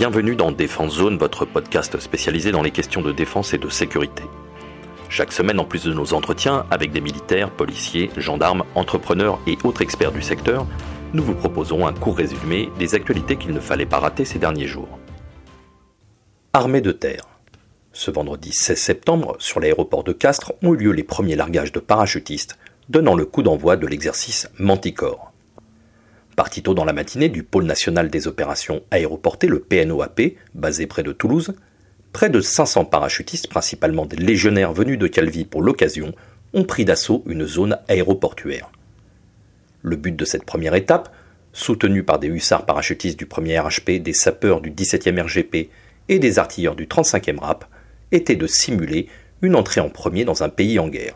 Bienvenue dans Défense Zone, votre podcast spécialisé dans les questions de défense et de sécurité. Chaque semaine, en plus de nos entretiens avec des militaires, policiers, gendarmes, entrepreneurs et autres experts du secteur, nous vous proposons un court résumé des actualités qu'il ne fallait pas rater ces derniers jours. Armée de terre. Ce vendredi 16 septembre, sur l'aéroport de Castres, ont eu lieu les premiers largages de parachutistes, donnant le coup d'envoi de l'exercice Manticore. Parti tôt dans la matinée du pôle national des opérations aéroportées, le PNOAP, basé près de Toulouse, près de 500 parachutistes, principalement des légionnaires venus de Calvi pour l'occasion, ont pris d'assaut une zone aéroportuaire. Le but de cette première étape, soutenue par des hussards parachutistes du 1er RHP, des sapeurs du 17e RGP et des artilleurs du 35e RAP, était de simuler une entrée en premier dans un pays en guerre.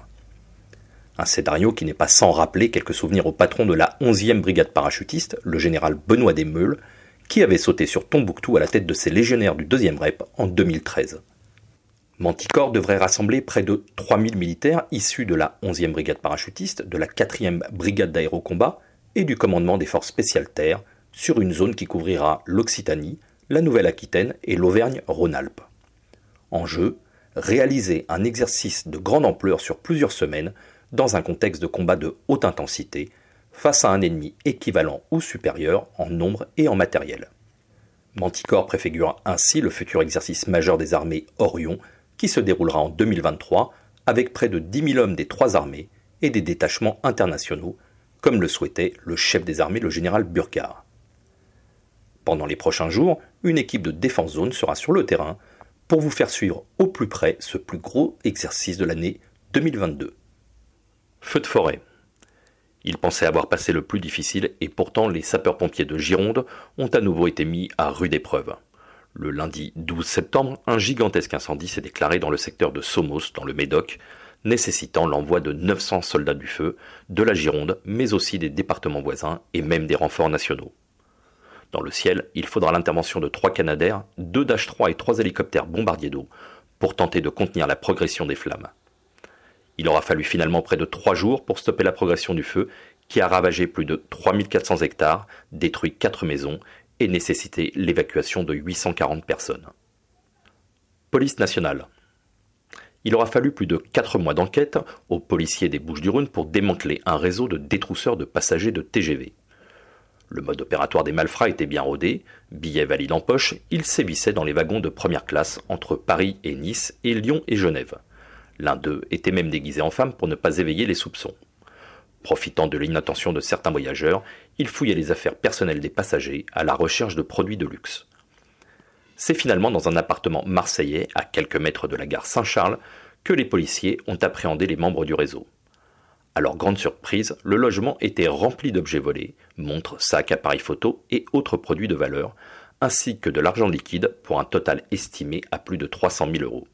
Un scénario qui n'est pas sans rappeler quelques souvenirs au patron de la 11e brigade parachutiste, le général Benoît Desmeules, qui avait sauté sur Tombouctou à la tête de ses légionnaires du 2e REP en 2013. Manticore devrait rassembler près de 3000 militaires issus de la 11e brigade parachutiste, de la 4e brigade d'aérocombat et du commandement des forces spéciales terres sur une zone qui couvrira l'Occitanie, la Nouvelle-Aquitaine et l'Auvergne-Rhône-Alpes. En jeu, réaliser un exercice de grande ampleur sur plusieurs semaines dans un contexte de combat de haute intensité, face à un ennemi équivalent ou supérieur en nombre et en matériel. Manticore préfigure ainsi le futur exercice majeur des armées Orion, qui se déroulera en 2023, avec près de 10 000 hommes des trois armées et des détachements internationaux, comme le souhaitait le chef des armées, le général Burkhardt. Pendant les prochains jours, une équipe de Défense Zone sera sur le terrain pour vous faire suivre au plus près ce plus gros exercice de l'année 2022. Feu de forêt. Ils pensaient avoir passé le plus difficile et pourtant les sapeurs-pompiers de Gironde ont à nouveau été mis à rude épreuve. Le lundi 12 septembre, un gigantesque incendie s'est déclaré dans le secteur de Somos, dans le Médoc, nécessitant l'envoi de 900 soldats du feu, de la Gironde, mais aussi des départements voisins et même des renforts nationaux. Dans le ciel, il faudra l'intervention de 3 Canadair, 2 Dash 3 et 3 hélicoptères bombardiers d'eau pour tenter de contenir la progression des flammes. Il aura fallu finalement près de 3 jours pour stopper la progression du feu qui a ravagé plus de 3400 hectares, détruit 4 maisons et nécessité l'évacuation de 840 personnes. Police nationale. Il aura fallu plus de 4 mois d'enquête aux policiers des Bouches-du-Rhône pour démanteler un réseau de détrousseurs de passagers de TGV. Le mode opératoire des malfrats était bien rodé, billets valides en poche, ils sévissaient dans les wagons de première classe entre Paris et Nice et Lyon et Genève. L'un d'eux était même déguisé en femme pour ne pas éveiller les soupçons. Profitant de l'inattention de certains voyageurs, il fouillait les affaires personnelles des passagers à la recherche de produits de luxe. C'est finalement dans un appartement marseillais, à quelques mètres de la gare Saint-Charles, que les policiers ont appréhendé les membres du réseau. À leur grande surprise, le logement était rempli d'objets volés, montres, sacs, appareils photo et autres produits de valeur, ainsi que de l'argent liquide pour un total estimé à plus de 300 000 €.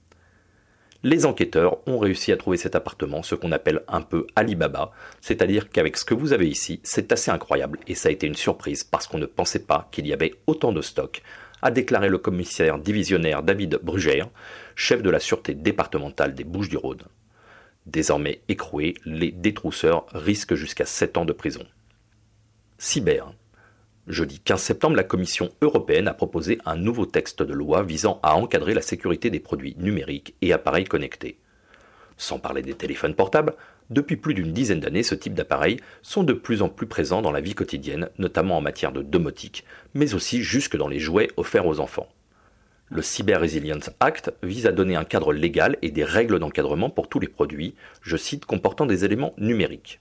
Les enquêteurs ont réussi à trouver cet appartement, ce qu'on appelle un peu Alibaba, c'est-à-dire qu'avec ce que vous avez ici, c'est assez incroyable et ça a été une surprise parce qu'on ne pensait pas qu'il y avait autant de stock, a déclaré le commissaire divisionnaire David Brugère, chef de la sûreté départementale des Bouches-du-Rhône. Désormais écroués, les détrousseurs risquent jusqu'à 7 ans de prison. Cyber. Jeudi 15 septembre, la Commission européenne a proposé un nouveau texte de loi visant à encadrer la sécurité des produits numériques et appareils connectés. Sans parler des téléphones portables, depuis plus d'une dizaine d'années, ce type d'appareils sont de plus en plus présents dans la vie quotidienne, notamment en matière de domotique, mais aussi jusque dans les jouets offerts aux enfants. Le Cyber Resilience Act vise à donner un cadre légal et des règles d'encadrement pour tous les produits, je cite, comportant des éléments numériques.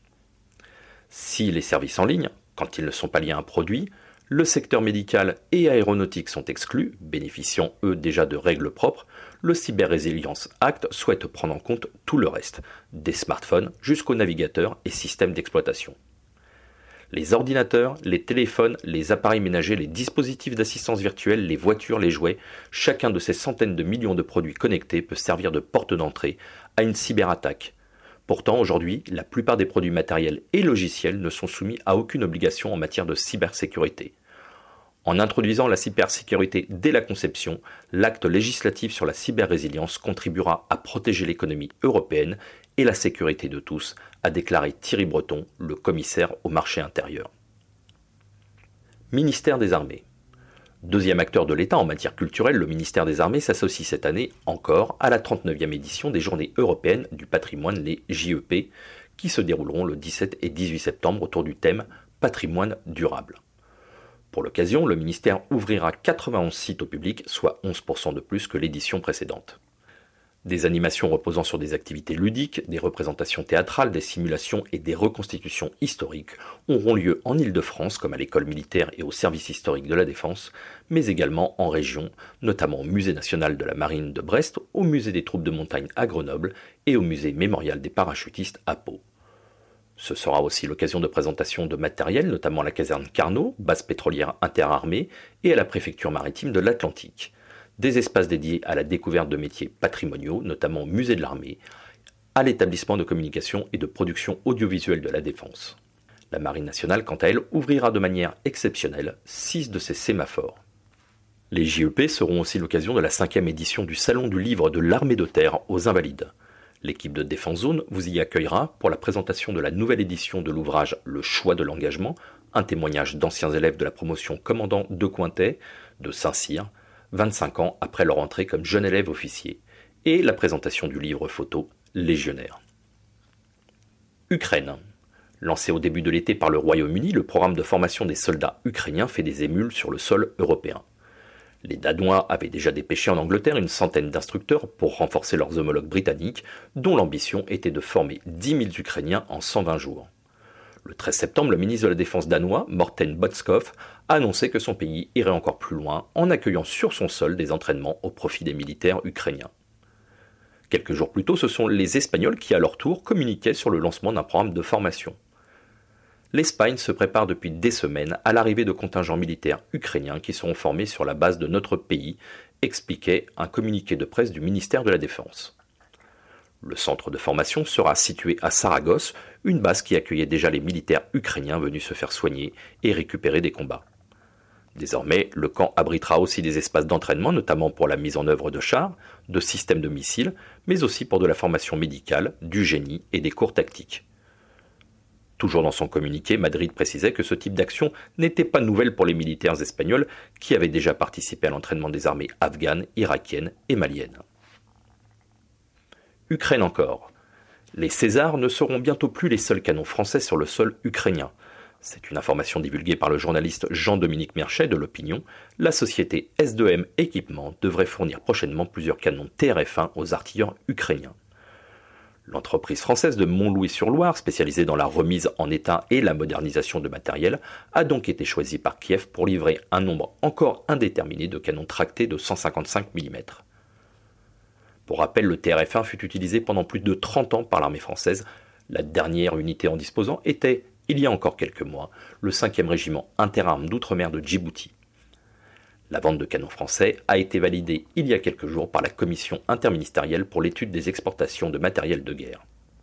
Si les services en ligne, quand ils ne sont pas liés à un produit, le secteur médical et aéronautique sont exclus, bénéficiant eux déjà de règles propres, le Cyber Resilience Act souhaite prendre en compte tout le reste, des smartphones jusqu'aux navigateurs et systèmes d'exploitation. Les ordinateurs, les téléphones, les appareils ménagers, les dispositifs d'assistance virtuelle, les voitures, les jouets, chacun de ces centaines de millions de produits connectés peut servir de porte d'entrée à une cyberattaque. Pourtant, aujourd'hui, la plupart des produits matériels et logiciels ne sont soumis à aucune obligation en matière de cybersécurité. En introduisant la cybersécurité dès la conception, l'acte législatif sur la cyberrésilience contribuera à protéger l'économie européenne et la sécurité de tous, a déclaré Thierry Breton, le commissaire au marché intérieur. Ministère des Armées. Deuxième acteur de l'État en matière culturelle, le ministère des Armées s'associe cette année encore à la 39e édition des Journées européennes du patrimoine, les JEP, qui se dérouleront le 17 et 18 septembre autour du thème « Patrimoine durable ». Pour l'occasion, le ministère ouvrira 91 sites au public, soit 11% de plus que l'édition précédente. Des animations reposant sur des activités ludiques, des représentations théâtrales, des simulations et des reconstitutions historiques auront lieu en Île-de-France, comme à l'école militaire et au service historique de la Défense, mais également en région, notamment au Musée national de la Marine de Brest, au Musée des troupes de montagne à Grenoble et au Musée mémorial des parachutistes à Pau. Ce sera aussi l'occasion de présentation de matériel, notamment à la caserne Carnot, base pétrolière interarmée, et à la préfecture maritime de l'Atlantique. Des espaces dédiés à la découverte de métiers patrimoniaux, notamment au musée de l'armée, à l'établissement de communication et de production audiovisuelle de la Défense. La Marine nationale, quant à elle, ouvrira de manière exceptionnelle 6 de ses sémaphores. Les JEP seront aussi l'occasion de la 5e édition du Salon du livre de l'armée de terre aux Invalides. L'équipe de Défense Zone vous y accueillera pour la présentation de la nouvelle édition de l'ouvrage Le choix de l'engagement, un témoignage d'anciens élèves de la promotion commandant de Cointet, de Saint-Cyr, 25 ans après leur entrée comme jeune élève officier, et la présentation du livre photo Légionnaire. Ukraine. Lancé au début de l'été par le Royaume-Uni, le programme de formation des soldats ukrainiens fait des émules sur le sol européen. Les Danois avaient déjà dépêché en Angleterre une centaine d'instructeurs pour renforcer leurs homologues britanniques, dont l'ambition était de former 10 000 Ukrainiens en 120 jours. Le 13 septembre, le ministre de la Défense danois, Morten Botskov, a annoncé que son pays irait encore plus loin en accueillant sur son sol des entraînements au profit des militaires ukrainiens. Quelques jours plus tôt, ce sont les Espagnols qui, à leur tour, communiquaient sur le lancement d'un programme de formation. L'Espagne se prépare depuis des semaines à l'arrivée de contingents militaires ukrainiens qui seront formés sur la base de notre pays, expliquait un communiqué de presse du ministère de la Défense. Le centre de formation sera situé à Saragosse, une base qui accueillait déjà les militaires ukrainiens venus se faire soigner et récupérer des combats. Désormais, le camp abritera aussi des espaces d'entraînement, notamment pour la mise en œuvre de chars, de systèmes de missiles, mais aussi pour de la formation médicale, du génie et des cours tactiques. Toujours dans son communiqué, Madrid précisait que ce type d'action n'était pas nouvelle pour les militaires espagnols qui avaient déjà participé à l'entraînement des armées afghanes, irakiennes et maliennes. Ukraine encore. Les Césars ne seront bientôt plus les seuls canons français sur le sol ukrainien. C'est une information divulguée par le journaliste Jean-Dominique Merchet de l'Opinion. La société S2M Équipement devrait fournir prochainement plusieurs canons TRF-1 aux artilleurs ukrainiens. L'entreprise française de Montlouis-sur-Loire, spécialisée dans la remise en état et la modernisation de matériel, a donc été choisie par Kiev pour livrer un nombre encore indéterminé de canons tractés de 155 mm. Pour rappel, le TRF-1 fut utilisé pendant plus de 30 ans par l'armée française. La dernière unité en disposant était, il y a encore quelques mois, le 5e régiment interarmes d'outre-mer de Djibouti. La vente de canons français a été validée il y a quelques jours par la Commission interministérielle pour l'étude des exportations de matériel de guerre.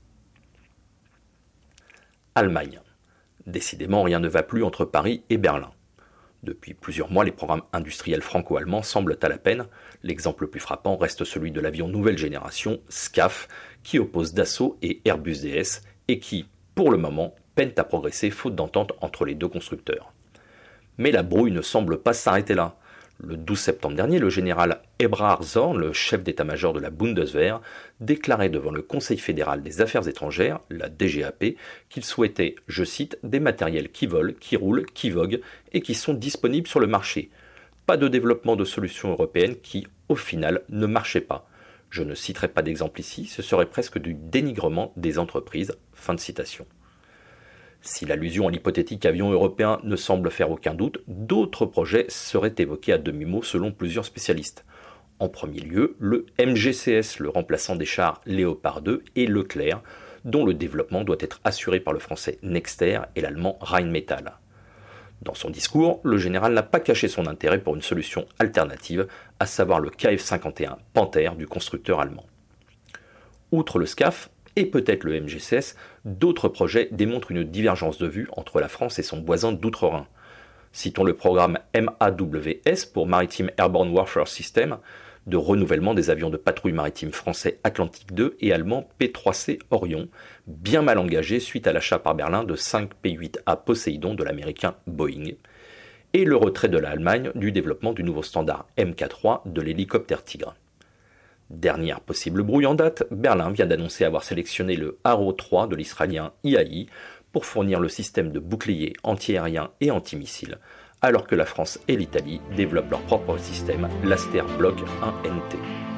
Allemagne. Décidément, rien ne va plus entre Paris et Berlin. Depuis plusieurs mois, les programmes industriels franco-allemands semblent à la peine. L'exemple le plus frappant reste celui de l'avion nouvelle génération, SCAF, qui oppose Dassault et Airbus DS et qui, pour le moment, peine à progresser faute d'entente entre les deux constructeurs. Mais la brouille ne semble pas s'arrêter là. Le 12 septembre dernier, le général Eberhard Zorn, le chef d'état-major de la Bundeswehr, déclarait devant le Conseil fédéral des affaires étrangères, la DGAP, qu'il souhaitait, je cite, des matériels qui volent, qui roulent, qui voguent et qui sont disponibles sur le marché. Pas de développement de solutions européennes qui, au final, ne marchaient pas. Je ne citerai pas d'exemple ici, ce serait presque du dénigrement des entreprises. Fin de citation. Si l'allusion à l'hypothétique avion européen ne semble faire aucun doute, d'autres projets seraient évoqués à demi-mot selon plusieurs spécialistes. En premier lieu, le MGCS, le remplaçant des chars Léopard 2 et Leclerc, dont le développement doit être assuré par le français Nexter et l'allemand Rheinmetall. Dans son discours, le général n'a pas caché son intérêt pour une solution alternative, à savoir le KF-51 Panther du constructeur allemand. Outre le SCAF, et peut-être le MGCS, d'autres projets démontrent une divergence de vue entre la France et son voisin d'outre-Rhin. Citons le programme MAWS pour Maritime Airborne Warfare System, de renouvellement des avions de patrouille maritime français Atlantique 2 et allemand P3C Orion, bien mal engagé suite à l'achat par Berlin de 5 P8A Poséidon de l'américain Boeing. et le retrait de l'Allemagne du développement du nouveau standard Mk3 de l'hélicoptère Tigre. Dernière possible brouille en date, Berlin vient d'annoncer avoir sélectionné le Arrow 3 de l'israélien IAI pour fournir le système de bouclier antiaérien et antimissiles, alors que la France et l'Italie développent leur propre système, l'Aster Block 1NT.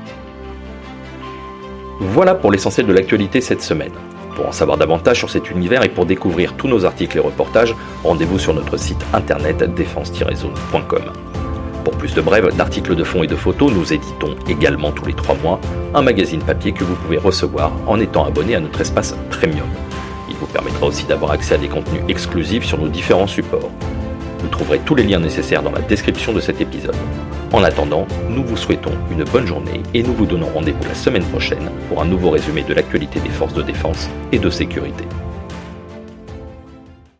Voilà pour l'essentiel de l'actualité cette semaine. Pour en savoir davantage sur cet univers et pour découvrir tous nos articles et reportages, rendez-vous sur notre site internet défense-zone.com. Pour plus de brèves, d'articles de fond et de photos, nous éditons également tous les 3 mois un magazine papier que vous pouvez recevoir en étant abonné à notre espace Premium. Il vous permettra aussi d'avoir accès à des contenus exclusifs sur nos différents supports. Vous trouverez tous les liens nécessaires dans la description de cet épisode. En attendant, nous vous souhaitons une bonne journée et nous vous donnons rendez-vous la semaine prochaine pour un nouveau résumé de l'actualité des forces de défense et de sécurité.